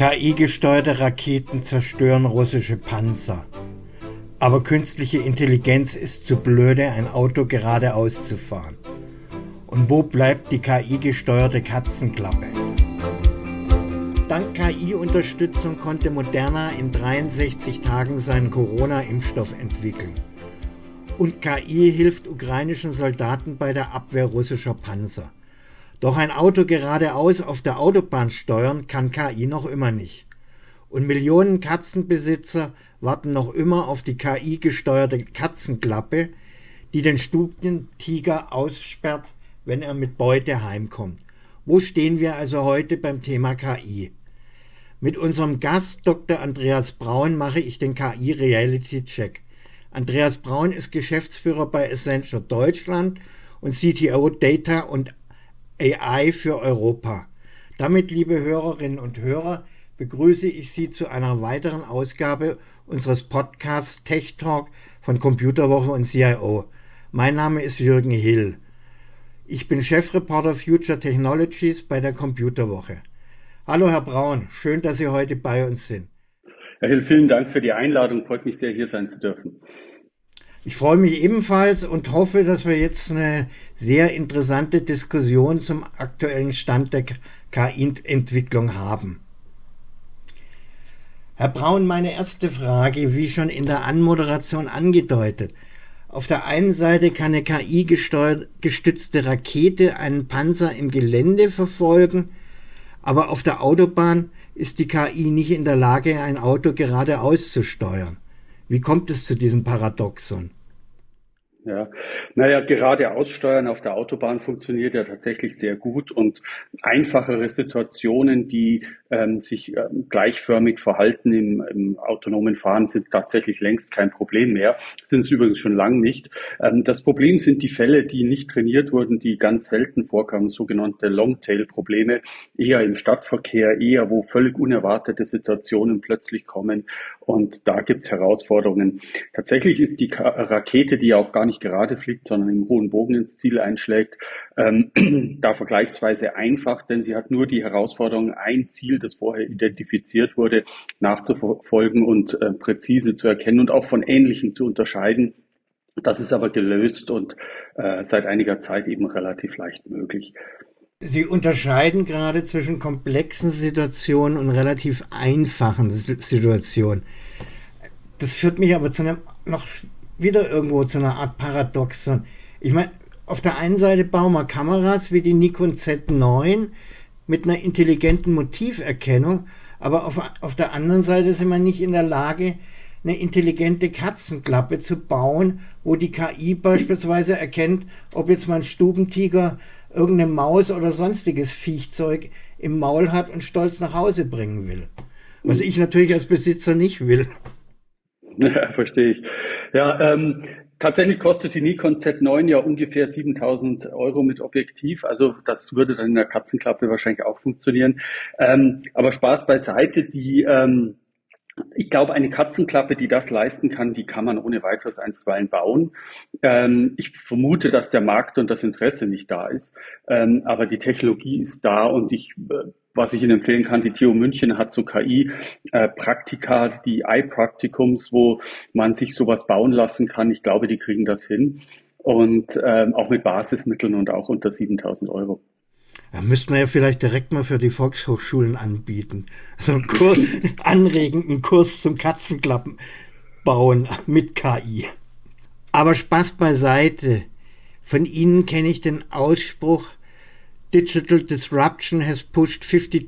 KI-gesteuerte Raketen zerstören russische Panzer. Aber künstliche Intelligenz ist zu blöde, ein Auto geradeaus zu fahren. Und wo bleibt die KI-gesteuerte Katzenklappe? Dank KI-Unterstützung konnte Moderna in 63 Tagen seinen Corona-Impfstoff entwickeln. Und KI hilft ukrainischen Soldaten bei der Abwehr russischer Panzer. Doch ein Auto geradeaus auf der Autobahn steuern kann KI noch immer nicht. Und Millionen Katzenbesitzer warten noch immer auf die KI-gesteuerte Katzenklappe, die den Stubentiger aussperrt, wenn er mit Beute heimkommt. Wo stehen wir also heute beim Thema KI? Mit unserem Gast Dr. Andreas Braun mache ich den KI-Reality-Check. Andreas Braun ist Geschäftsführer bei Accenture Deutschland und CTO Data und AI für Europa. Damit, liebe Hörerinnen und Hörer, begrüße ich Sie zu einer weiteren Ausgabe unseres Podcasts Tech Talk von Computerwoche und CIO. Mein Name ist Jürgen Hill. Ich bin Chefreporter Future Technologies bei der Computerwoche. Hallo Herr Braun, schön, dass Sie heute bei uns sind. Herr Hill, vielen Dank für die Einladung. Freut mich sehr, hier sein zu dürfen. Ich freue mich ebenfalls und hoffe, dass wir jetzt eine sehr interessante Diskussion zum aktuellen Stand der KI-Entwicklung haben. Herr Braun, meine erste Frage, wie schon in der Anmoderation angedeutet. Auf der einen Seite kann eine KI-gestützte Rakete einen Panzer im Gelände verfolgen, aber auf der Autobahn ist die KI nicht in der Lage, ein Auto geradeaus zu steuern. Wie kommt es zu diesem Paradoxon? Ja, gerade Aussteuern auf der Autobahn funktioniert ja tatsächlich sehr gut und einfachere Situationen, die sich gleichförmig verhalten im autonomen Fahren, sind tatsächlich längst kein Problem mehr, sind es übrigens schon lange nicht. Das Problem sind die Fälle, die nicht trainiert wurden, die ganz selten vorkamen, sogenannte Longtail-Probleme, eher im Stadtverkehr, eher wo völlig unerwartete Situationen plötzlich kommen und da gibt's Herausforderungen. Tatsächlich ist die Rakete, die ja auch gar nicht gerade fliegt, sondern im hohen Bogen ins Ziel einschlägt, da vergleichsweise einfach, denn sie hat nur die Herausforderung, ein Ziel, das vorher identifiziert wurde, nachzuverfolgen und präzise zu erkennen und auch von ähnlichen zu unterscheiden. Das ist aber gelöst und seit einiger Zeit eben relativ leicht möglich. Sie unterscheiden gerade zwischen komplexen Situationen und relativ einfachen Situationen. Das führt mich aber zu einer Art Paradoxon. Ich meine, auf der einen Seite bauen wir Kameras wie die Nikon Z9 mit einer intelligenten Motiverkennung, aber auf der anderen Seite sind wir nicht in der Lage, eine intelligente Katzenklappe zu bauen, wo die KI beispielsweise erkennt, ob jetzt mein Stubentiger irgendeine Maus oder sonstiges Viechzeug im Maul hat und stolz nach Hause bringen will. Was ich natürlich als Besitzer nicht will. Ja, verstehe ich. Ja, tatsächlich kostet die Nikon Z9 ja ungefähr 7.000 Euro mit Objektiv. Also das würde dann in der Katzenklappe wahrscheinlich auch funktionieren. Aber Spaß beiseite, ich glaube, eine Katzenklappe, die das leisten kann, die kann man ohne weiteres einstweilen bauen. Ich vermute, dass der Markt und das Interesse nicht da ist. Aber die Technologie ist da und was ich Ihnen empfehlen kann, die TU München hat so KI-Praktika, die iPraktikums, wo man sich sowas bauen lassen kann. Ich glaube, die kriegen das hin. Und auch mit Basismitteln und auch unter 7.000 Euro. Da müsste man ja vielleicht direkt mal für die Volkshochschulen anbieten. So einen anregenden Kurs zum Katzenklappen bauen mit KI. Aber Spaß beiseite. Von Ihnen kenne ich den Ausspruch, Digital disruption has pushed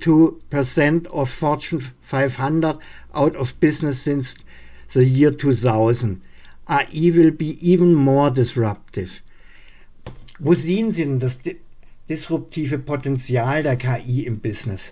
52% of Fortune 500 out of business since the year 2000. AI will be even more disruptive. Wo sehen Sie denn das disruptive Potenzial der KI im Business?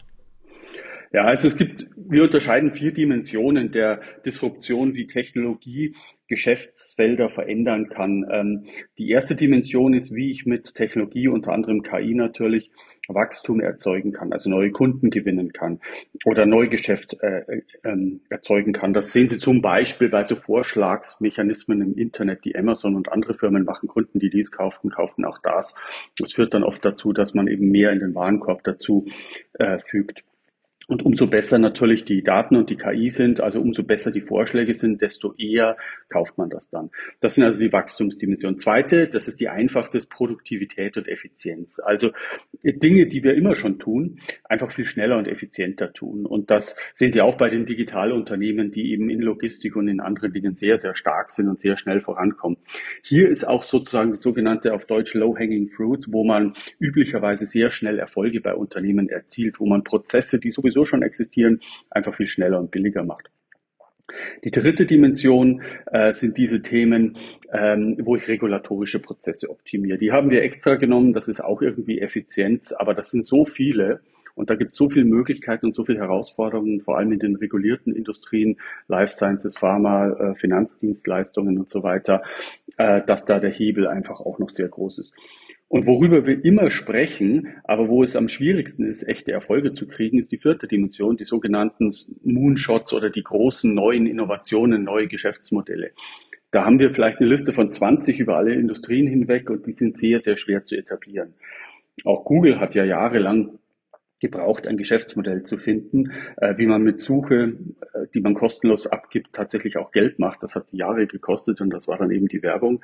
Ja, also wir unterscheiden 4 Dimensionen der Disruption, wie Technologie Geschäftsfelder verändern kann. Die erste Dimension ist, wie ich mit Technologie, unter anderem KI natürlich, Wachstum erzeugen kann, also neue Kunden gewinnen kann oder Neugeschäft erzeugen kann. Das sehen Sie zum Beispiel bei so Vorschlagsmechanismen im Internet, die Amazon und andere Firmen machen. Kunden, die dies kauften auch das. Das führt dann oft dazu, dass man eben mehr in den Warenkorb dazu fügt. Und umso besser natürlich die Daten und die KI sind, also umso besser die Vorschläge sind, desto eher kauft man das dann. Das sind also die Wachstumsdimensionen. Zweite, das ist die einfachste, ist Produktivität und Effizienz. Also Dinge, die wir immer schon tun, einfach viel schneller und effizienter tun. Und das sehen Sie auch bei den Digitalunternehmen, die eben in Logistik und in anderen Dingen sehr, sehr stark sind und sehr schnell vorankommen. Hier ist auch sozusagen das sogenannte auf Deutsch Low-Hanging Fruit, wo man üblicherweise sehr schnell Erfolge bei Unternehmen erzielt, wo man Prozesse, die sowieso schon existieren, einfach viel schneller und billiger macht. Die dritte Dimension sind diese Themen, wo ich regulatorische Prozesse optimiere. Die haben wir extra genommen, das ist auch irgendwie Effizienz, aber das sind so viele und da gibt es so viele Möglichkeiten und so viele Herausforderungen, vor allem in den regulierten Industrien, Life Sciences, Pharma, Finanzdienstleistungen und so weiter, dass da der Hebel einfach auch noch sehr groß ist. Und worüber wir immer sprechen, aber wo es am schwierigsten ist, echte Erfolge zu kriegen, ist die vierte Dimension, die sogenannten Moonshots oder die großen neuen Innovationen, neue Geschäftsmodelle. Da haben wir vielleicht eine Liste von 20 über alle Industrien hinweg und die sind sehr, sehr schwer zu etablieren. Auch Google hat ja jahrelang gebraucht, ein Geschäftsmodell zu finden, wie man mit Suche, die man kostenlos abgibt, tatsächlich auch Geld macht. Das hat Jahre gekostet und das war dann eben die Werbung.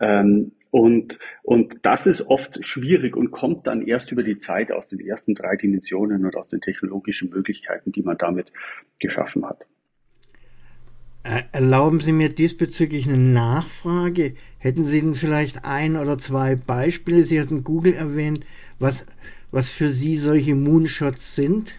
Und das ist oft schwierig und kommt dann erst über die Zeit aus den ersten drei Dimensionen und aus den technologischen Möglichkeiten, die man damit geschaffen hat. Erlauben Sie mir diesbezüglich eine Nachfrage? Hätten Sie denn vielleicht ein oder zwei Beispiele? Sie hatten Google erwähnt, was für Sie solche Moonshots sind?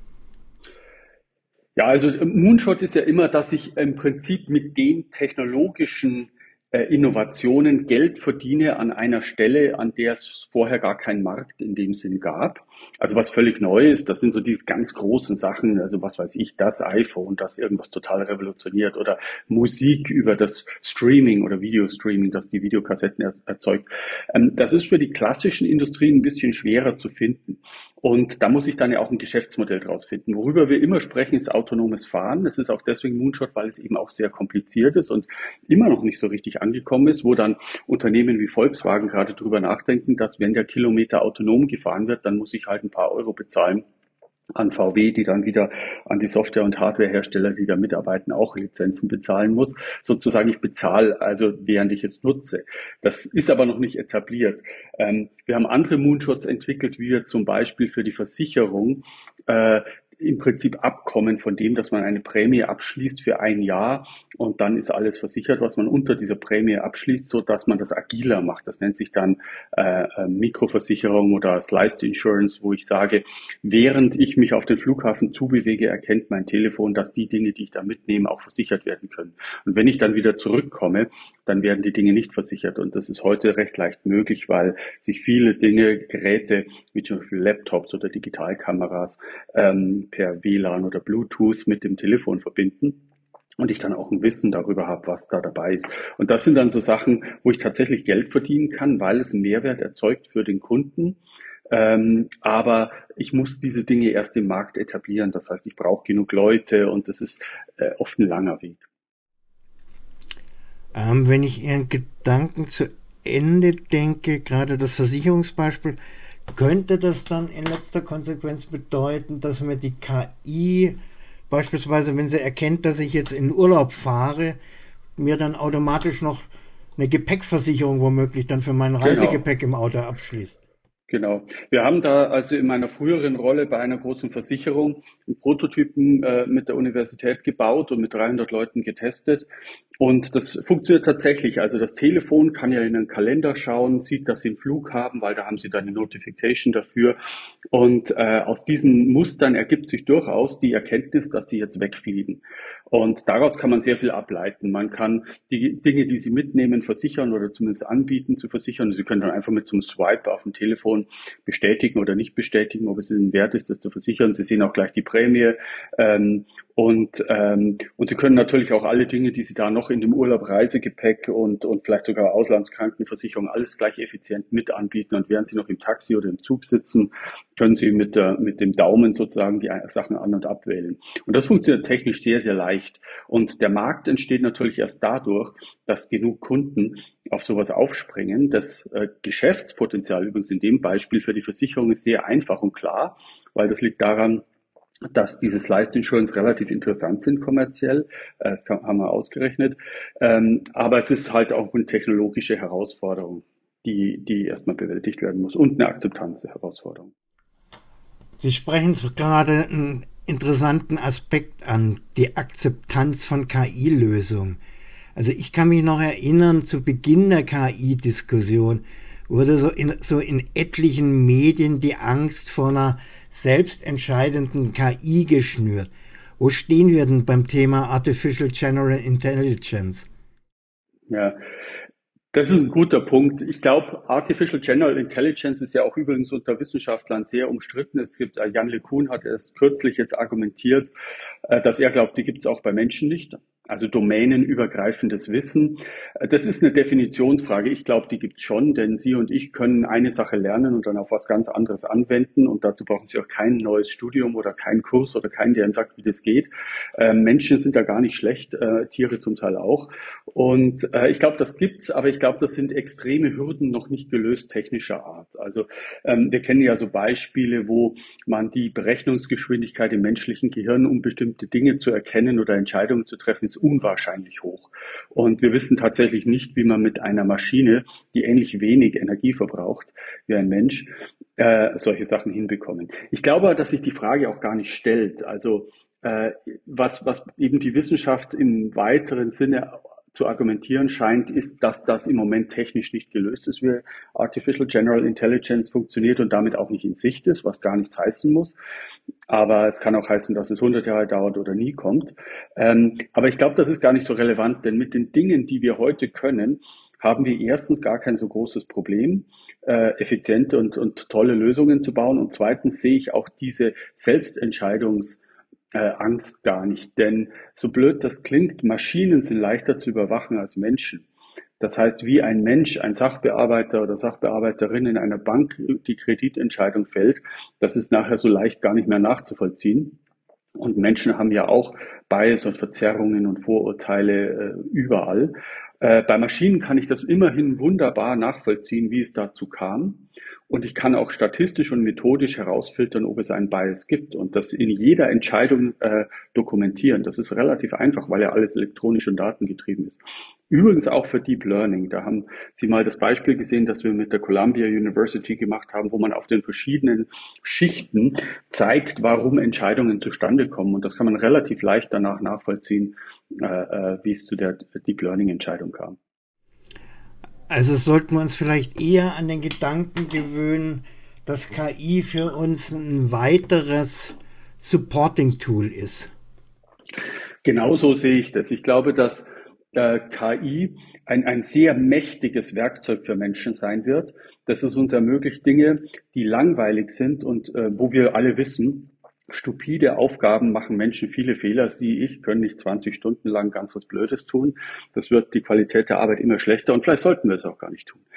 Ja, also Moonshot ist ja immer, dass ich im Prinzip mit den technologischen Innovationen Geld verdiene an einer Stelle, an der es vorher gar keinen Markt in dem Sinn gab. Also was völlig neu ist, das sind so diese ganz großen Sachen, also was weiß ich, das iPhone, das irgendwas total revolutioniert oder Musik über das Streaming oder Videostreaming, das die Videokassetten erzeugt. Das ist für die klassischen Industrien ein bisschen schwerer zu finden. Und da muss ich dann ja auch ein Geschäftsmodell draus finden. Worüber wir immer sprechen, ist autonomes Fahren. Das ist auch deswegen Moonshot, weil es eben auch sehr kompliziert ist und immer noch nicht so richtig angekommen ist, wo dann Unternehmen wie Volkswagen gerade drüber nachdenken, dass wenn der Kilometer autonom gefahren wird, dann muss ich halt ein paar Euro bezahlen an VW, die dann wieder an die Software- und Hardwarehersteller, die da mitarbeiten, auch Lizenzen bezahlen muss. Sozusagen, ich bezahle also, während ich es nutze. Das ist aber noch nicht etabliert. Wir haben andere Moonshots entwickelt, wie wir zum Beispiel für die Versicherung im Prinzip abkommen von dem, dass man eine Prämie abschließt für ein Jahr und dann ist alles versichert, was man unter dieser Prämie abschließt, so dass man das agiler macht. Das nennt sich dann Mikroversicherung oder Sliced Insurance, wo ich sage, während ich mich auf den Flughafen zubewege, erkennt mein Telefon, dass die Dinge, die ich da mitnehme, auch versichert werden können. Und wenn ich dann wieder zurückkomme, dann werden die Dinge nicht versichert. Und das ist heute recht leicht möglich, weil sich viele Dinge, Geräte, wie zum Beispiel Laptops oder Digitalkameras, per WLAN oder Bluetooth mit dem Telefon verbinden und ich dann auch ein Wissen darüber habe, was da dabei ist. Und das sind dann so Sachen, wo ich tatsächlich Geld verdienen kann, weil es einen Mehrwert erzeugt für den Kunden. Aber ich muss diese Dinge erst im Markt etablieren. Das heißt, ich brauche genug Leute und das ist oft ein langer Weg. Wenn ich Ihren Gedanken zu Ende denke, gerade das Versicherungsbeispiel, könnte das dann in letzter Konsequenz bedeuten, dass mir die KI beispielsweise, wenn sie erkennt, dass ich jetzt in Urlaub fahre, mir dann automatisch noch eine Gepäckversicherung womöglich dann für mein Genau. Reisegepäck im Auto abschließt? Genau. Wir haben da also in meiner früheren Rolle bei einer großen Versicherung einen Prototypen mit der Universität gebaut und mit 300 Leuten getestet. Und das funktioniert tatsächlich. Also das Telefon kann ja in den Kalender schauen, sieht, dass Sie einen Flug haben, weil da haben Sie dann eine Notification dafür. Und aus diesen Mustern ergibt sich durchaus die Erkenntnis, dass Sie jetzt wegfliegen. Und daraus kann man sehr viel ableiten. Man kann die Dinge, die Sie mitnehmen, versichern oder zumindest anbieten zu versichern. Sie können dann einfach mit so einem Swipe auf dem Telefon bestätigen oder nicht bestätigen, ob es Ihnen wert ist, das zu versichern. Sie sehen auch gleich die Prämie. Und Sie können natürlich auch alle Dinge, die Sie da noch in dem Urlaub, Reisegepäck und vielleicht sogar Auslandskrankenversicherung, alles gleich effizient mit anbieten. Und während Sie noch im Taxi oder im Zug sitzen, können Sie mit dem Daumen sozusagen die Sachen an- und abwählen. Und das funktioniert technisch sehr, sehr leicht. Und der Markt entsteht natürlich erst dadurch, dass genug Kunden auf sowas aufspringen. Das Geschäftspotenzial übrigens in dem Beispiel für die Versicherung ist sehr einfach und klar, weil das liegt daran, dass dieses Life Insurance relativ interessant sind kommerziell. Haben wir ausgerechnet. Aber es ist halt auch eine technologische Herausforderung, die erstmal bewältigt werden muss und eine Akzeptanz-Herausforderung. Sie sprechen gerade einen interessanten Aspekt an, die Akzeptanz von KI-Lösungen. Also ich kann mich noch erinnern, zu Beginn der KI-Diskussion wurde so in etlichen Medien die Angst vor einer selbstentscheidenden KI geschnürt. Wo stehen wir denn beim Thema Artificial General Intelligence? Ja, das ist ein guter Punkt. Ich glaube, Artificial General Intelligence ist ja auch übrigens unter Wissenschaftlern sehr umstritten. Es gibt, Jan LeCun hat erst kürzlich jetzt argumentiert, dass er glaubt, die gibt es auch bei Menschen nicht. Also domänenübergreifendes Wissen. Das ist eine Definitionsfrage. Ich glaube, die gibt es schon, denn Sie und ich können eine Sache lernen und dann auf was ganz anderes anwenden. Und dazu brauchen Sie auch kein neues Studium oder keinen Kurs oder keinen, der Ihnen sagt, wie das geht. Menschen sind da gar nicht schlecht, Tiere zum Teil auch. Und ich glaube, das gibt's, aber ich glaube, das sind extreme Hürden noch nicht gelöst technischer Art. Also wir kennen ja so Beispiele, wo man die Berechnungsgeschwindigkeit im menschlichen Gehirn, um bestimmte Dinge zu erkennen oder Entscheidungen zu treffen, ist unwahrscheinlich hoch. Und wir wissen tatsächlich nicht, wie man mit einer Maschine, die ähnlich wenig Energie verbraucht wie ein Mensch, solche Sachen hinbekommen. Ich glaube, dass sich die Frage auch gar nicht stellt. Also was eben die Wissenschaft im weiteren Sinne zu argumentieren scheint, ist, dass das im Moment technisch nicht gelöst ist, wie Artificial General Intelligence funktioniert und damit auch nicht in Sicht ist, was gar nichts heißen muss. Aber es kann auch heißen, dass es 100 Jahre dauert oder nie kommt. Aber ich glaube, das ist gar nicht so relevant, denn mit den Dingen, die wir heute können, haben wir erstens gar kein so großes Problem, effiziente und tolle Lösungen zu bauen. Und zweitens sehe ich auch diese Selbstentscheidungsangst gar nicht. Denn so blöd das klingt, Maschinen sind leichter zu überwachen als Menschen. Das heißt, wie ein Mensch, ein Sachbearbeiter oder Sachbearbeiterin in einer Bank die Kreditentscheidung fällt, das ist nachher so leicht gar nicht mehr nachzuvollziehen. Und Menschen haben ja auch Bias und Verzerrungen und Vorurteile überall. Bei Maschinen kann ich das immerhin wunderbar nachvollziehen, wie es dazu kam. Und ich kann auch statistisch und methodisch herausfiltern, ob es einen Bias gibt und das in jeder Entscheidung dokumentieren. Das ist relativ einfach, weil ja alles elektronisch und datengetrieben ist. Übrigens auch für Deep Learning. Da haben Sie mal das Beispiel gesehen, das wir mit der Columbia University gemacht haben, wo man auf den verschiedenen Schichten zeigt, warum Entscheidungen zustande kommen. Und das kann man relativ leicht danach nachvollziehen, wie es zu der Deep Learning Entscheidung kam. Also sollten wir uns vielleicht eher an den Gedanken gewöhnen, dass KI für uns ein weiteres Supporting-Tool ist. Genauso sehe ich das. Ich glaube, dass KI ein sehr mächtiges Werkzeug für Menschen sein wird, dass es uns ermöglicht, Dinge, die langweilig sind und wo wir alle wissen, stupide Aufgaben machen Menschen viele Fehler. Sie, ich können nicht 20 Stunden lang ganz was Blödes tun. Das wird die Qualität der Arbeit immer schlechter und vielleicht sollten wir es auch gar nicht tun.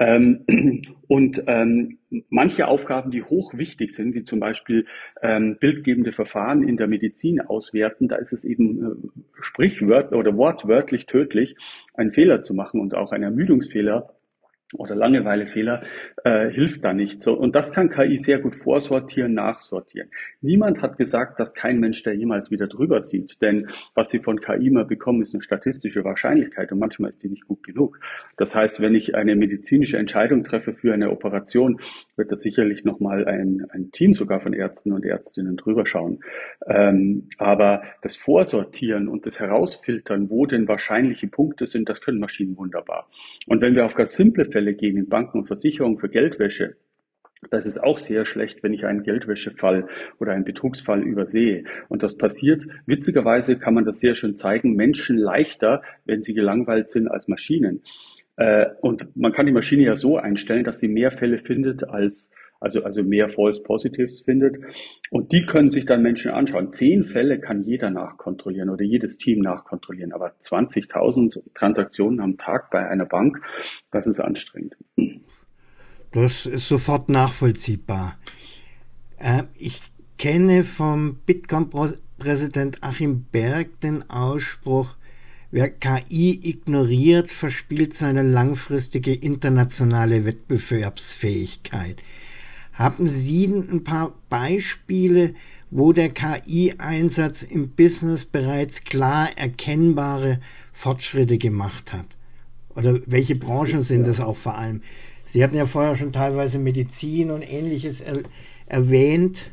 Manche Aufgaben, die hoch wichtig sind, wie zum Beispiel bildgebende Verfahren in der Medizin auswerten, da ist es eben sprichwörtlich oder wortwörtlich tödlich, einen Fehler zu machen und auch ein Ermüdungsfehler oder Langeweilefehler hilft da nicht. So, und das kann KI sehr gut vorsortieren, nachsortieren. Niemand hat gesagt, dass kein Mensch da jemals wieder drüber sieht, denn was Sie von KI mal bekommen, ist eine statistische Wahrscheinlichkeit und manchmal ist die nicht gut genug. Das heißt, wenn ich eine medizinische Entscheidung treffe für eine Operation, wird da sicherlich nochmal ein Team sogar von Ärzten und Ärztinnen drüber schauen. Aber das Vorsortieren und das Herausfiltern, wo denn wahrscheinliche Punkte sind, das können Maschinen wunderbar. Und wenn wir auf ganz simple Fälle gehen in Banken und Versicherungen für Geldwäsche, das ist auch sehr schlecht, wenn ich einen Geldwäschefall oder einen Betrugsfall übersehe. Und das passiert, witzigerweise kann man das sehr schön zeigen, Menschen leichter, wenn sie gelangweilt sind als Maschinen. Und man kann die Maschine ja so einstellen, dass sie mehr Fälle findet also mehr False Positives findet. Und die können sich dann Menschen anschauen. 10 Fälle kann jeder nachkontrollieren oder jedes Team nachkontrollieren. Aber 20.000 Transaktionen am Tag bei einer Bank, das ist anstrengend. Das ist sofort nachvollziehbar. Ich kenne vom Bitkom-Präsident Achim Berg den Ausspruch, wer KI ignoriert, verspielt seine langfristige internationale Wettbewerbsfähigkeit. Haben Sie ein paar Beispiele, wo der KI-Einsatz im Business bereits klar erkennbare Fortschritte gemacht hat? Oder welche Branchen sind Ja. das auch vor allem? Sie hatten ja vorher schon teilweise Medizin und Ähnliches erwähnt.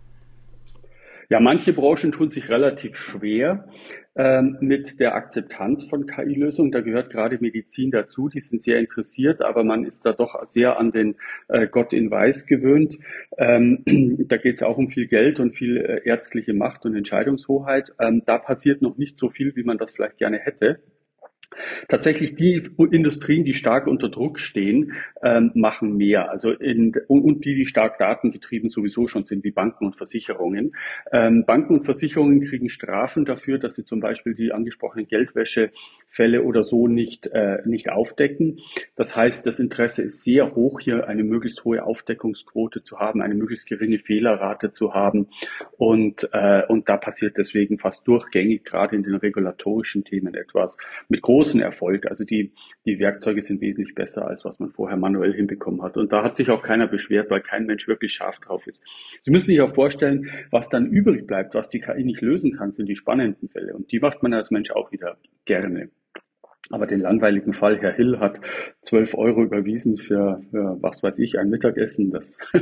Ja, manche Branchen tun sich relativ schwer mit der Akzeptanz von KI-Lösungen. Da gehört gerade Medizin dazu. Die sind sehr interessiert, aber man ist da doch sehr an den Gott in Weiß gewöhnt. Da geht es auch um viel Geld und viel ärztliche Macht und Entscheidungshoheit. Da passiert noch nicht so viel, wie man das vielleicht gerne hätte. Tatsächlich die Industrien, die stark unter Druck stehen, machen mehr. Und die stark datengetrieben sowieso schon sind, wie Banken und Versicherungen. Banken und Versicherungen kriegen Strafen dafür, dass sie zum Beispiel die angesprochenen Geldwäschefälle oder so nicht aufdecken. Das heißt, das Interesse ist sehr hoch, hier eine möglichst hohe Aufdeckungsquote zu haben, eine möglichst geringe Fehlerrate zu haben. Und da passiert deswegen fast durchgängig, gerade in den regulatorischen Themen etwas, mit großem Erfolg. Also die Werkzeuge sind wesentlich besser, als was man vorher manuell hinbekommen hat. Und da hat sich auch keiner beschwert, weil kein Mensch wirklich scharf drauf ist. Sie müssen sich auch vorstellen, was dann übrig bleibt, was die KI nicht lösen kann, sind die spannenden Fälle. Und die macht man als Mensch auch wieder gerne. Aber den langweiligen Fall, Herr Hill hat 12 € überwiesen für was weiß ich, ein Mittagessen,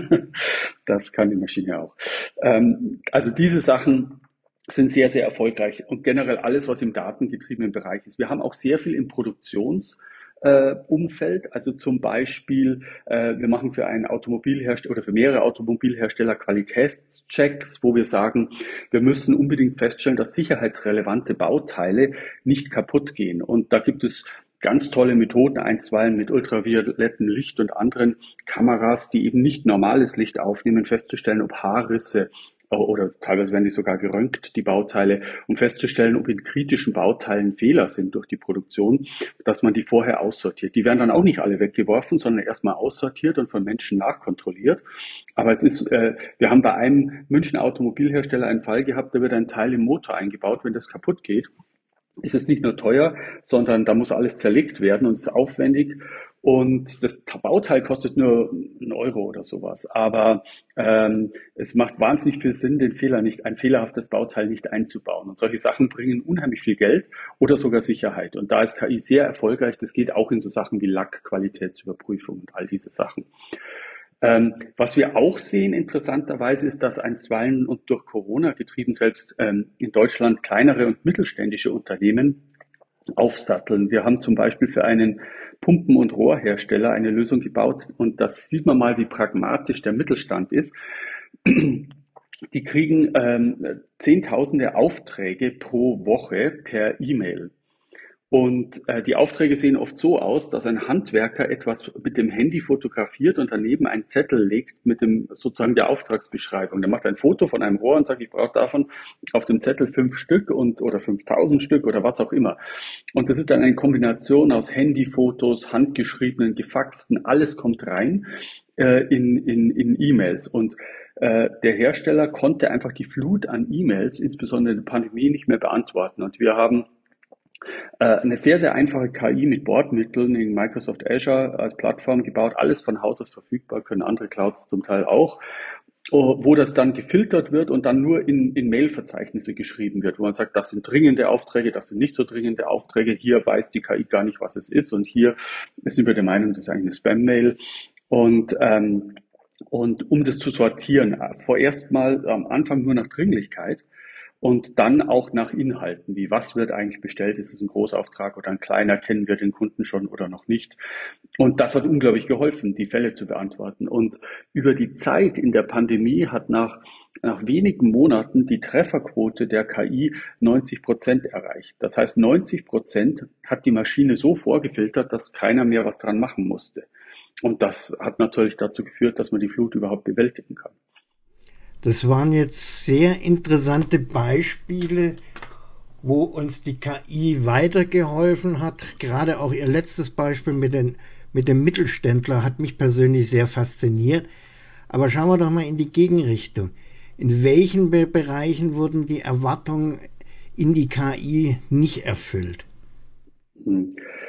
das kann die Maschine auch. Also diese Sachen sind sehr, sehr erfolgreich und generell alles, was im datengetriebenen Bereich ist. Wir haben auch sehr viel im Produktionsumfeld, also zum Beispiel, wir machen für einen Automobilhersteller oder für mehrere Automobilhersteller Qualitätschecks, wo wir sagen, wir müssen unbedingt feststellen, dass sicherheitsrelevante Bauteile nicht kaputt gehen. Und da gibt es ganz tolle Methoden, einstweilen mit ultraviolettem Licht und anderen Kameras, die eben nicht normales Licht aufnehmen, festzustellen, ob Haarrisse oder teilweise werden die sogar geröntgt, die Bauteile, um festzustellen, ob in kritischen Bauteilen Fehler sind durch die Produktion, dass man die vorher aussortiert. Die werden dann auch nicht alle weggeworfen, sondern erstmal aussortiert und von Menschen nachkontrolliert. Aber wir haben bei einem Münchner Automobilhersteller einen Fall gehabt, da wird ein Teil im Motor eingebaut, wenn das kaputt geht. Ist es nicht nur teuer, sondern da muss alles zerlegt werden und es ist aufwendig. Und das Bauteil kostet nur 1 € oder sowas. Aber es macht wahnsinnig viel Sinn, ein fehlerhaftes Bauteil nicht einzubauen. Und solche Sachen bringen unheimlich viel Geld oder sogar Sicherheit. Und da ist KI sehr erfolgreich. Das geht auch in so Sachen wie Lackqualitätsüberprüfung und all diese Sachen. Was wir auch sehen, interessanterweise, ist, dass einstweilen und durch Corona getrieben selbst in Deutschland kleinere und mittelständische Unternehmen aufsatteln. Wir haben zum Beispiel für einen Pumpen- und Rohrhersteller eine Lösung gebaut und das sieht man mal, wie pragmatisch der Mittelstand ist. Die kriegen Zehntausende Aufträge pro Woche per E-Mail. Und die Aufträge sehen oft so aus, dass ein Handwerker etwas mit dem Handy fotografiert und daneben einen Zettel legt mit dem sozusagen der Auftragsbeschreibung. Der macht ein Foto von einem Rohr und sagt, ich brauche davon auf dem Zettel 5 Stück oder 5.000 Stück oder was auch immer. Und das ist dann eine Kombination aus Handyfotos, handgeschriebenen, gefaxten, alles kommt rein in E-Mails. Und der Hersteller konnte einfach die Flut an E-Mails, insbesondere in der Pandemie, nicht mehr beantworten. Und wir haben eine sehr, sehr einfache KI mit Bordmitteln in Microsoft Azure als Plattform gebaut, alles von Haus aus verfügbar, können andere Clouds zum Teil auch, wo das dann gefiltert wird und dann nur in Mail-Verzeichnisse geschrieben wird, wo man sagt, das sind dringende Aufträge, das sind nicht so dringende Aufträge, hier weiß die KI gar nicht, was es ist und hier sind wir der Meinung, das ist eigentlich eine Spam-Mail und um das zu sortieren, vorerst mal am Anfang nur nach Dringlichkeit, und dann auch nach Inhalten, wie was wird eigentlich bestellt, ist es ein Großauftrag oder ein kleiner, kennen wir den Kunden schon oder noch nicht. Und das hat unglaublich geholfen, die Fälle zu beantworten. Und über die Zeit in der Pandemie hat nach wenigen Monaten die Trefferquote der KI 90% erreicht. Das heißt, 90% hat die Maschine so vorgefiltert, dass keiner mehr was dran machen musste. Und das hat natürlich dazu geführt, dass man die Flut überhaupt bewältigen kann. Das waren jetzt sehr interessante Beispiele, wo uns die KI weitergeholfen hat. Gerade auch Ihr letztes Beispiel mit dem Mittelständler hat mich persönlich sehr fasziniert. Aber schauen wir doch mal in die Gegenrichtung. In welchen Bereichen wurden die Erwartungen in die KI nicht erfüllt?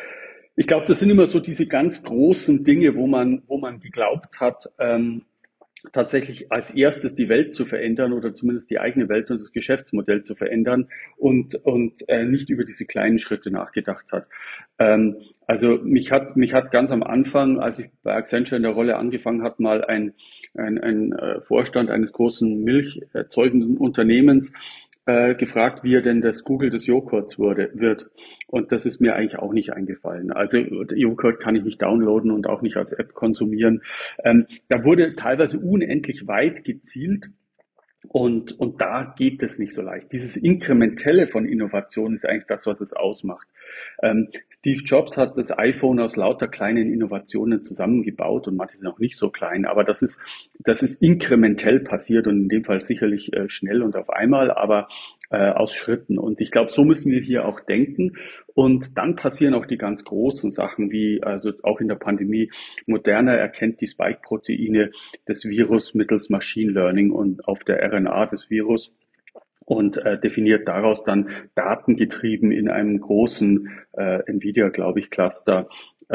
Ich glaube, das sind immer so diese ganz großen Dinge, wo man geglaubt hat, tatsächlich als erstes die Welt zu verändern oder zumindest die eigene Welt und das Geschäftsmodell zu verändern und nicht über diese kleinen Schritte nachgedacht hat. Also mich hat ganz am Anfang, als ich bei Accenture in der Rolle angefangen habe, mal ein Vorstand eines großen milcherzeugenden Unternehmens gefragt, wie er denn das Google des Joghurts wird. Und das ist mir eigentlich auch nicht eingefallen. Also Joghurt kann ich nicht downloaden und auch nicht als App konsumieren. Da wurde teilweise unendlich weit gezielt und da geht es nicht so leicht. Dieses Inkrementelle von Innovation ist eigentlich das, was es ausmacht. Steve Jobs hat das iPhone aus lauter kleinen Innovationen zusammengebaut und manche sind auch nicht so klein, aber das ist inkrementell passiert und in dem Fall sicherlich schnell und auf einmal, aber aus Schritten. Und ich glaube, so müssen wir hier auch denken. Und dann passieren auch die ganz großen Sachen, wie also auch in der Pandemie. Moderna erkennt die Spike-Proteine des Virus mittels Machine Learning und auf der RNA des Virus und definiert daraus dann datengetrieben in einem großen Nvidia, glaube ich, Cluster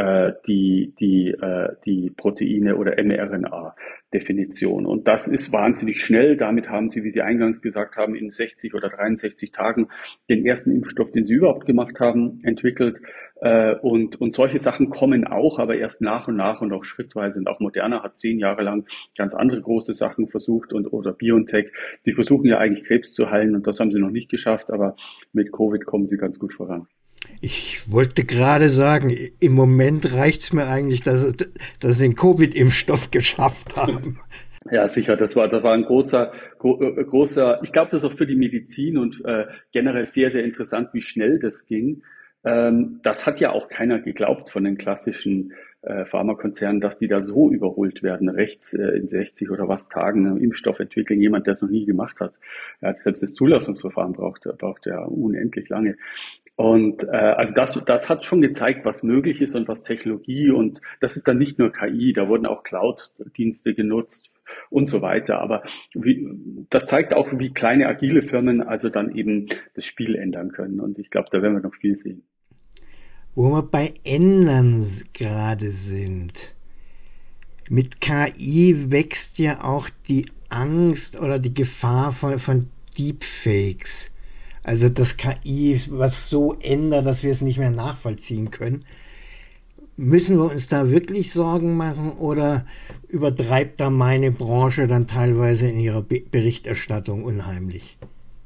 die Proteine oder mRNA-Definition. Und das ist wahnsinnig schnell. Damit haben Sie, wie Sie eingangs gesagt haben, in 60 oder 63 Tagen den ersten Impfstoff, den Sie überhaupt gemacht haben, entwickelt. Und solche Sachen kommen auch, aber erst nach und auch schrittweise. Und auch Moderna hat 10 Jahre lang ganz andere große Sachen versucht oder BioNTech. Die versuchen ja eigentlich Krebs zu heilen und das haben sie noch nicht geschafft, aber mit Covid kommen sie ganz gut voran. Ich wollte gerade sagen, im Moment reicht es mir eigentlich, dass sie den Covid-Impfstoff geschafft haben. Ja, sicher, das war ein großer, ich glaube, das ist auch für die Medizin und generell sehr, sehr interessant, wie schnell das ging. Das hat ja auch keiner geglaubt von den klassischen Pharmakonzernen, dass die da so überholt werden, rechts in 60 oder was Tagen einen Impfstoff entwickeln, jemand, der es noch nie gemacht hat. Ja, selbst das Zulassungsverfahren braucht ja unendlich lange. Und also das hat schon gezeigt, was möglich ist und was Technologie und das ist dann nicht nur KI, da wurden auch Cloud-Dienste genutzt und so weiter. Aber das zeigt auch, wie kleine agile Firmen also dann eben das Spiel ändern können. Und ich glaube, da werden wir noch viel sehen. Wo wir bei Ändern gerade sind. Mit KI wächst ja auch die Angst oder die Gefahr von Deepfakes. Also das KI, was so ändert, dass wir es nicht mehr nachvollziehen können. Müssen wir uns da wirklich Sorgen machen oder übertreibt da meine Branche dann teilweise in ihrer Berichterstattung unheimlich?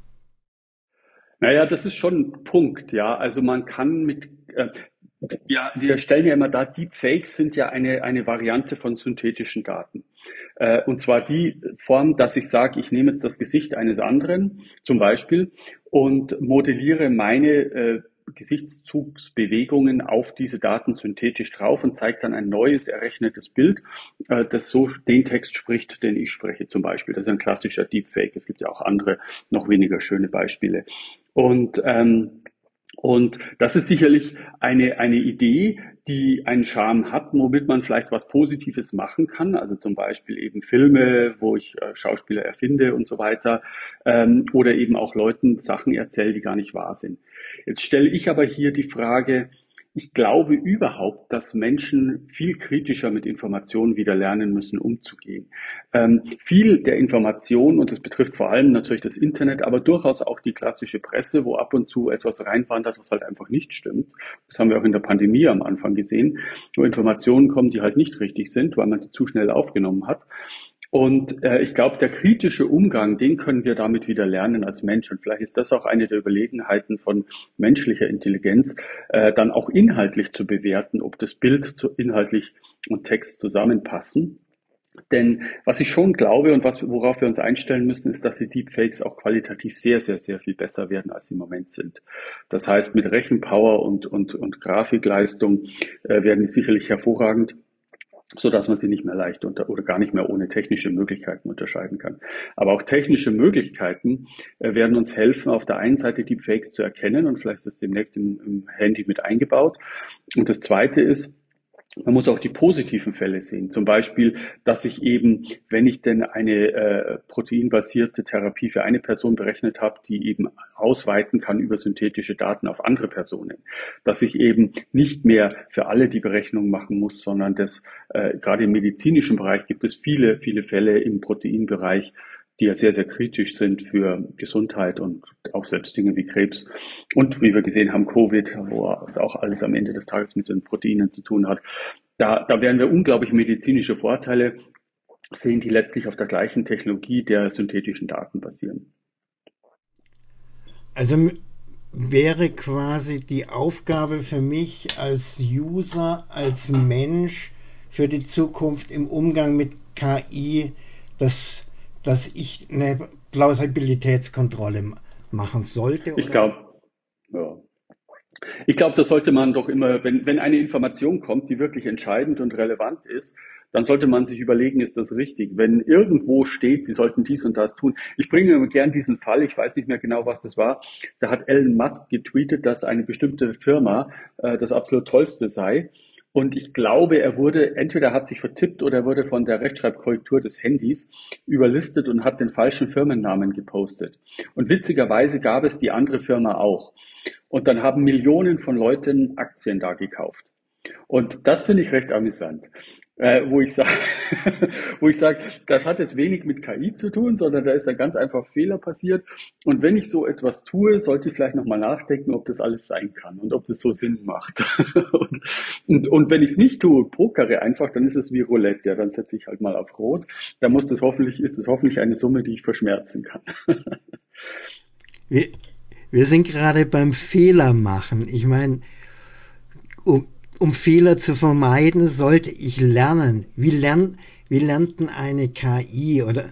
Naja, das ist schon ein Punkt, ja. Also man kann ja, wir stellen ja immer dar, Deepfakes sind ja eine Variante von synthetischen Daten. Und zwar die Form, dass ich sage, ich nehme jetzt das Gesicht eines anderen, zum Beispiel, und modelliere meine Gesichtszugsbewegungen auf diese Daten synthetisch drauf und zeigt dann ein neues errechnetes Bild, das so den Text spricht, den ich spreche zum Beispiel. Das ist ein klassischer Deepfake. Es gibt ja auch andere, noch weniger schöne Beispiele. Und und das ist sicherlich eine Idee, die einen Charme hat, womit man vielleicht was Positives machen kann. Also zum Beispiel eben Filme, wo ich Schauspieler erfinde und so weiter. Oder eben auch Leuten Sachen erzähle, die gar nicht wahr sind. Jetzt stelle ich aber hier die Frage, ich glaube überhaupt, dass Menschen viel kritischer mit Informationen wieder lernen müssen, umzugehen. Viel der Informationen, und das betrifft vor allem natürlich das Internet, aber durchaus auch die klassische Presse, wo ab und zu etwas reinwandert, was halt einfach nicht stimmt. Das haben wir auch in der Pandemie am Anfang gesehen, wo Informationen kommen, die halt nicht richtig sind, weil man die zu schnell aufgenommen hat. Und ich glaube, der kritische Umgang, den können wir damit wieder lernen als Mensch. Und vielleicht ist das auch eine der Überlegenheiten von menschlicher Intelligenz, dann auch inhaltlich zu bewerten, ob das Bild inhaltlich und Text zusammenpassen. Denn was ich schon glaube und worauf wir uns einstellen müssen, ist, dass die Deepfakes auch qualitativ sehr, sehr, sehr viel besser werden, als sie im Moment sind. Das heißt, mit Rechenpower und Grafikleistung werden die sicherlich hervorragend, so dass man sie nicht mehr leicht oder gar nicht mehr ohne technische Möglichkeiten unterscheiden kann. Aber auch technische Möglichkeiten werden uns helfen, auf der einen Seite Deepfakes zu erkennen und vielleicht ist das demnächst im Handy mit eingebaut. Und das Zweite ist, Man muss auch die positiven Fälle sehen. Zum Beispiel, dass ich eben, wenn ich denn eine proteinbasierte Therapie für eine Person berechnet habe, die eben ausweiten kann über synthetische Daten auf andere Personen, dass ich eben nicht mehr für alle die Berechnung machen muss, sondern dass gerade im medizinischen Bereich gibt es viele, viele Fälle im Proteinbereich, die ja sehr, sehr kritisch sind für Gesundheit und auch selbst Dinge wie Krebs. Und wie wir gesehen haben, Covid, wo es auch alles am Ende des Tages mit den Proteinen zu tun hat. Da werden wir unglaubliche medizinische Vorteile sehen, die letztlich auf der gleichen Technologie der synthetischen Daten basieren. Also wäre quasi die Aufgabe für mich als User, als Mensch für die Zukunft im Umgang mit KI, dass, dass ich eine Plausibilitätskontrolle machen sollte, Ich oder? glaube, ja. Ich glaube, das sollte man doch immer, wenn eine Information kommt, die wirklich entscheidend und relevant ist, dann sollte man sich überlegen, ist das richtig? Wenn irgendwo steht, Sie sollten dies und das tun. Ich bringe immer gern diesen Fall, ich weiß nicht mehr genau, was das war. Da hat Elon Musk getweetet, dass eine bestimmte Firma das absolut tollste sei. Und ich glaube, er wurde, entweder hat sich vertippt oder er wurde von der Rechtschreibkorrektur des Handys überlistet und hat den falschen Firmennamen gepostet. Und witzigerweise gab es die andere Firma auch. Und dann haben Millionen von Leuten Aktien da gekauft. Und das finde ich recht amüsant. Wo ich sage, wo ich sage, das hat jetzt wenig mit KI zu tun, sondern da ist ein ganz einfach Fehler passiert. Und wenn ich so etwas tue, sollte ich vielleicht nochmal nachdenken, ob das alles sein kann und ob das so Sinn macht. Und wenn ich es nicht tue, pokere einfach, dann ist es wie Roulette. Ja, dann setze ich halt mal auf Rot. Da ist es hoffentlich eine Summe, die ich verschmerzen kann. Wir, wir sind gerade beim Fehler machen. Ich meine, um Fehler zu vermeiden, sollte ich lernen. Wie lernt denn eine KI? Oder,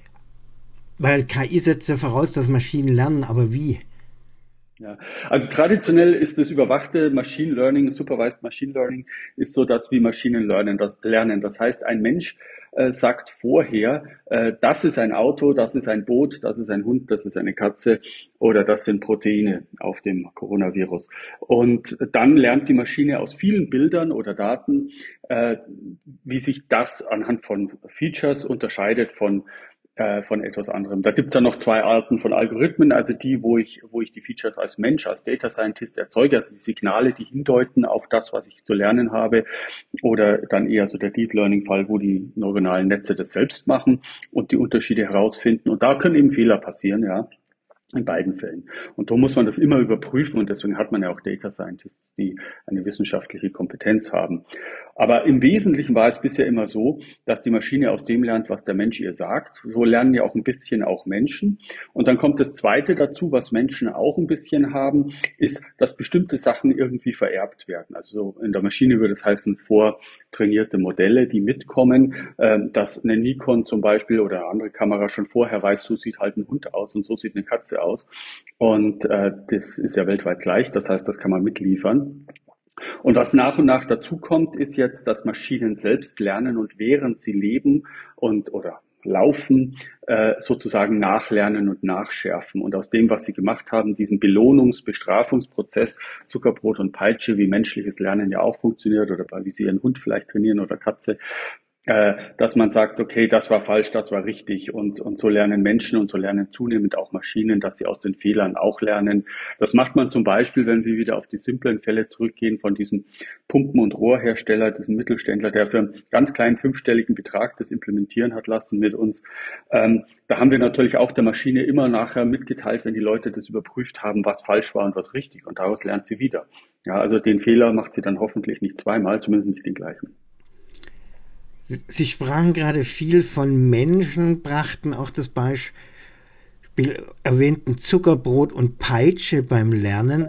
weil KI setzt ja voraus, dass Maschinen lernen, aber wie? Ja, also traditionell ist das überwachte Machine Learning, Supervised Machine Learning, ist so das, wie Maschinen lernen. Das heißt, ein Mensch sagt vorher, das ist ein Auto, das ist ein Boot, das ist ein Hund, das ist eine Katze oder das sind Proteine auf dem Coronavirus. Und dann lernt die Maschine aus vielen Bildern oder Daten, äh, wie sich das anhand von Features unterscheidet von etwas anderem. Da gibt's ja noch zwei Arten von Algorithmen, also die, wo ich die Features als Mensch, als Data Scientist erzeuge, also die Signale, die hindeuten auf das, was ich zu lernen habe, oder dann eher so der Deep Learning Fall, wo die neuronalen Netze das selbst machen und die Unterschiede herausfinden. Und da können eben Fehler passieren, ja. In beiden Fällen. Und da muss man das immer überprüfen und deswegen hat man ja auch Data Scientists, die eine wissenschaftliche Kompetenz haben. Aber im Wesentlichen war es bisher immer so, dass die Maschine aus dem lernt, was der Mensch ihr sagt. So lernen ja auch ein bisschen auch Menschen. Und dann kommt das Zweite dazu, was Menschen auch ein bisschen haben, ist, dass bestimmte Sachen irgendwie vererbt werden. Also in der Maschine würde es heißen, vortrainierte Modelle, die mitkommen, dass eine Nikon zum Beispiel oder eine andere Kamera schon vorher weiß, so sieht halt ein Hund aus und so sieht eine Katze aus. Und das ist ja weltweit gleich, das heißt, das kann man mitliefern. Und was nach und nach dazu kommt, ist jetzt, dass Maschinen selbst lernen und während sie leben und oder laufen, sozusagen nachlernen und nachschärfen. Und aus dem, was sie gemacht haben, diesen Bestrafungsprozess, Zuckerbrot und Peitsche, wie menschliches Lernen ja auch funktioniert oder wie sie ihren Hund vielleicht trainieren oder Katze, dass man sagt, okay, das war falsch, das war richtig und so lernen Menschen und so lernen zunehmend auch Maschinen, dass sie aus den Fehlern auch lernen. Das macht man zum Beispiel, wenn wir wieder auf die simplen Fälle zurückgehen von diesem Pumpen- und Rohrhersteller, diesem Mittelständler, der für einen ganz kleinen fünfstelligen Betrag das implementieren hat lassen mit uns. Da haben wir natürlich auch der Maschine immer nachher mitgeteilt, wenn die Leute das überprüft haben, was falsch war und was richtig und daraus lernt sie wieder. Ja, also den Fehler macht sie dann hoffentlich nicht zweimal, zumindest nicht den gleichen. Sie sprachen gerade viel von Menschen, brachten auch das Beispiel erwähnten Zuckerbrot und Peitsche beim Lernen.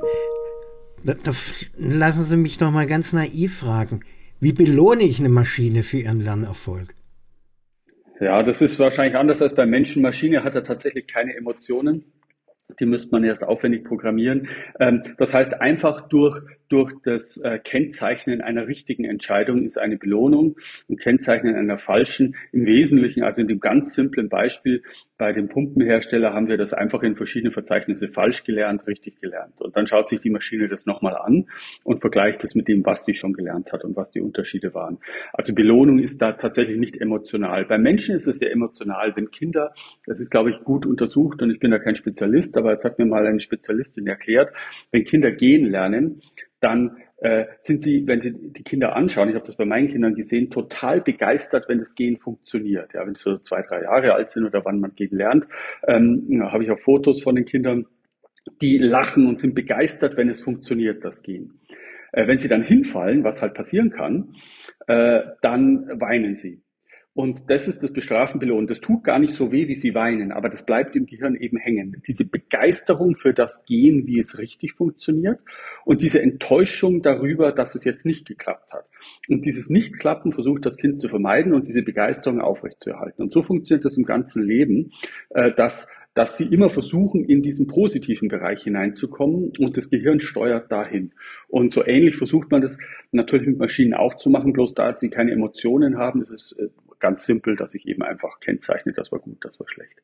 Lassen Sie mich doch mal ganz naiv fragen. Wie belohne ich eine Maschine für ihren Lernerfolg? Ja, das ist wahrscheinlich anders als beim Menschen. Maschine hat ja tatsächlich keine Emotionen. Die müsste man erst aufwendig programmieren. Das heißt, einfach durch das Kennzeichnen einer richtigen Entscheidung ist eine Belohnung und Kennzeichnen einer falschen im Wesentlichen, also in dem ganz simplen Beispiel, bei dem Pumpenhersteller haben wir das einfach in verschiedene Verzeichnisse falsch gelernt, richtig gelernt. Und dann schaut sich die Maschine das nochmal an und vergleicht es mit dem, was sie schon gelernt hat und was die Unterschiede waren. Also Belohnung ist da tatsächlich nicht emotional. Beim Menschen ist es sehr emotional, wenn Kinder, das ist, glaube ich, gut untersucht und ich bin da kein Spezialist, aber es hat mir mal eine Spezialistin erklärt, wenn Kinder gehen lernen, dann sind sie, wenn Sie die Kinder anschauen, ich habe das bei meinen Kindern gesehen, total begeistert, wenn das Gehen funktioniert. Ja, wenn sie so 2, 3 Jahre alt sind oder wann man gehen lernt, habe ich auch Fotos von den Kindern, die lachen und sind begeistert, wenn es funktioniert, das Gehen. Wenn sie dann hinfallen, was halt passieren kann, dann weinen sie. Und das ist das Bestrafen, Belohnen. Das tut gar nicht so weh, wie sie weinen, aber das bleibt im Gehirn eben hängen. Diese Begeisterung für das Gehen, wie es richtig funktioniert und diese Enttäuschung darüber, dass es jetzt nicht geklappt hat. Und dieses Nichtklappen versucht das Kind zu vermeiden und diese Begeisterung aufrechtzuerhalten. Und so funktioniert das im ganzen Leben, dass sie immer versuchen, in diesen positiven Bereich hineinzukommen und das Gehirn steuert dahin. Und so ähnlich versucht man das natürlich mit Maschinen auch zu machen, bloß da sie keine Emotionen haben, ist es ganz simpel, dass ich eben einfach kennzeichne, das war gut, das war schlecht.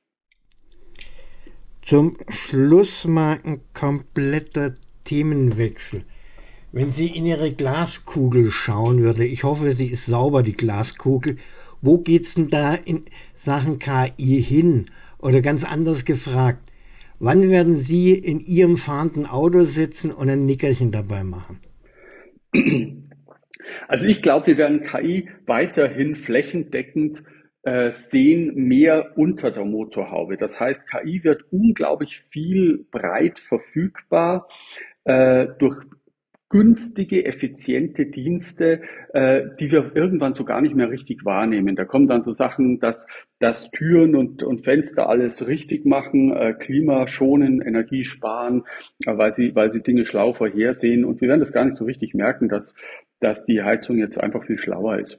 Zum Schluss mal ein kompletter Themenwechsel. Wenn Sie in Ihre Glaskugel schauen würde, ich hoffe, sie ist sauber, die Glaskugel, wo geht's denn da in Sachen KI hin? Oder ganz anders gefragt, wann werden Sie in Ihrem fahrenden Auto sitzen und ein Nickerchen dabei machen? Also ich glaube, wir werden KI weiterhin flächendeckend sehen, mehr unter der Motorhaube. Das heißt, KI wird unglaublich viel breit verfügbar durch günstige, effiziente Dienste, die wir irgendwann so gar nicht mehr richtig wahrnehmen. Da kommen dann so Sachen, dass Türen und Fenster alles richtig machen, Klima schonen, Energie sparen, weil sie Dinge schlau vorhersehen. Und wir werden das gar nicht so richtig merken, dass die Heizung jetzt einfach viel schlauer ist.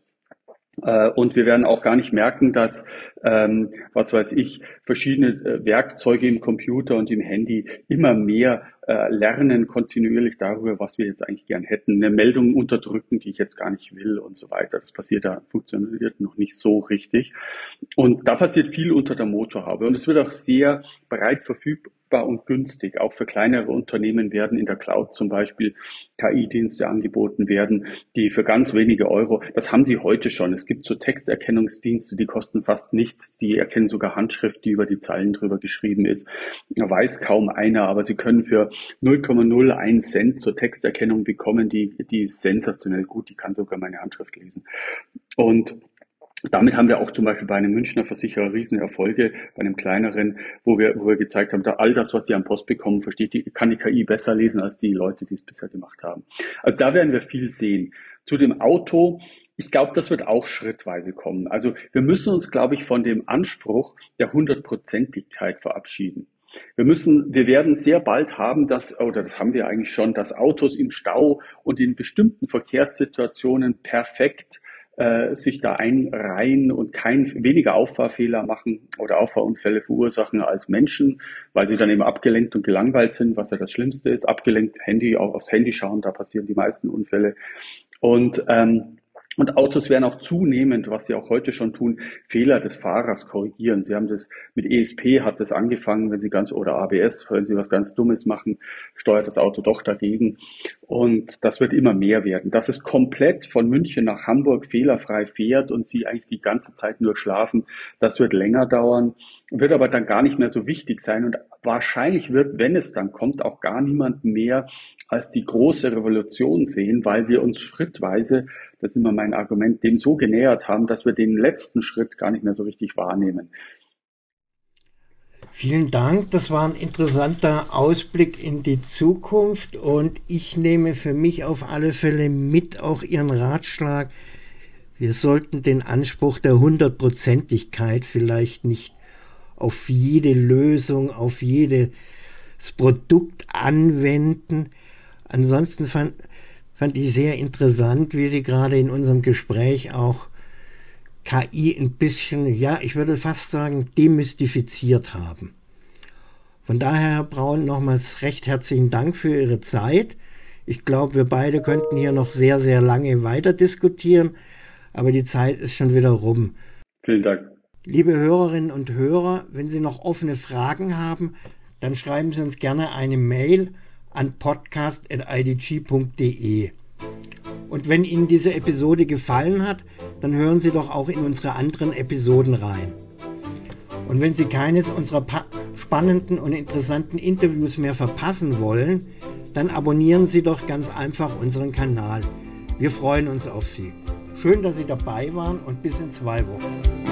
Und wir werden auch gar nicht merken, dass, was weiß ich, verschiedene Werkzeuge im Computer und im Handy immer mehr lernen kontinuierlich darüber, was wir jetzt eigentlich gern hätten. Eine Meldung unterdrücken, die ich jetzt gar nicht will und so weiter. Das funktioniert noch nicht so richtig. Und da passiert viel unter der Motorhaube. Und es wird auch sehr breit verfügbar und günstig. Auch für kleinere Unternehmen werden in der Cloud zum Beispiel KI-Dienste angeboten werden, die für ganz wenige Euro, das haben sie heute schon. Es gibt so Texterkennungsdienste, die kosten fast nichts. Die erkennen sogar Handschrift, die über die Zeilen drüber geschrieben ist. Weiß kaum einer, aber sie können für 0,01 Cent zur Texterkennung bekommen, die ist sensationell gut, die kann sogar meine Handschrift lesen. Und damit haben wir auch zum Beispiel bei einem Münchner Versicherer Riesenerfolge, bei einem kleineren, wo wir gezeigt haben, da all das, was die an Post bekommen, kann die KI besser lesen als die Leute, die es bisher gemacht haben. Also da werden wir viel sehen. Zu dem Auto, ich glaube, das wird auch schrittweise kommen. Also wir müssen uns, glaube ich, von dem Anspruch der 100%igkeit verabschieden. Wir werden sehr bald haben, das haben wir eigentlich schon, dass Autos im Stau und in bestimmten Verkehrssituationen perfekt sich da einreihen und weniger Auffahrfehler machen oder Auffahrunfälle verursachen als Menschen, weil sie dann eben abgelenkt und gelangweilt sind, was ja das Schlimmste ist. Abgelenkt auch aufs Handy schauen, da passieren die meisten Unfälle. Und Autos werden auch zunehmend, was sie auch heute schon tun, Fehler des Fahrers korrigieren. Sie haben das mit ESP hat das angefangen, oder ABS, wenn sie was ganz Dummes machen, steuert das Auto doch dagegen. Und das wird immer mehr werden. Dass es komplett von München nach Hamburg fehlerfrei fährt und sie eigentlich die ganze Zeit nur schlafen, das wird länger dauern, wird aber dann gar nicht mehr so wichtig sein. Und wahrscheinlich wird, wenn es dann kommt, auch gar niemand mehr als die große Revolution sehen, weil wir uns schrittweise, das ist immer mein Argument, dem so genähert haben, dass wir den letzten Schritt gar nicht mehr so richtig wahrnehmen. Vielen Dank, das war ein interessanter Ausblick in die Zukunft und ich nehme für mich auf alle Fälle mit auch Ihren Ratschlag, wir sollten den Anspruch der 100%igkeit vielleicht nicht auf jede Lösung, auf jedes Produkt anwenden. Ansonsten fand ich sehr interessant, wie Sie gerade in unserem Gespräch auch KI ein bisschen, ja, ich würde fast sagen, demystifiziert haben. Von daher, Herr Braun, nochmals recht herzlichen Dank für Ihre Zeit. Ich glaube, wir beide könnten hier noch sehr, sehr lange weiter diskutieren, aber die Zeit ist schon wieder rum. Vielen Dank. Liebe Hörerinnen und Hörer, wenn Sie noch offene Fragen haben, dann schreiben Sie uns gerne eine Mail an podcast@idg.de. Und wenn Ihnen diese Episode gefallen hat, dann hören Sie doch auch in unsere anderen Episoden rein. Und wenn Sie keines unserer spannenden und interessanten Interviews mehr verpassen wollen, dann abonnieren Sie doch ganz einfach unseren Kanal. Wir freuen uns auf Sie. Schön, dass Sie dabei waren und bis in 2 Wochen.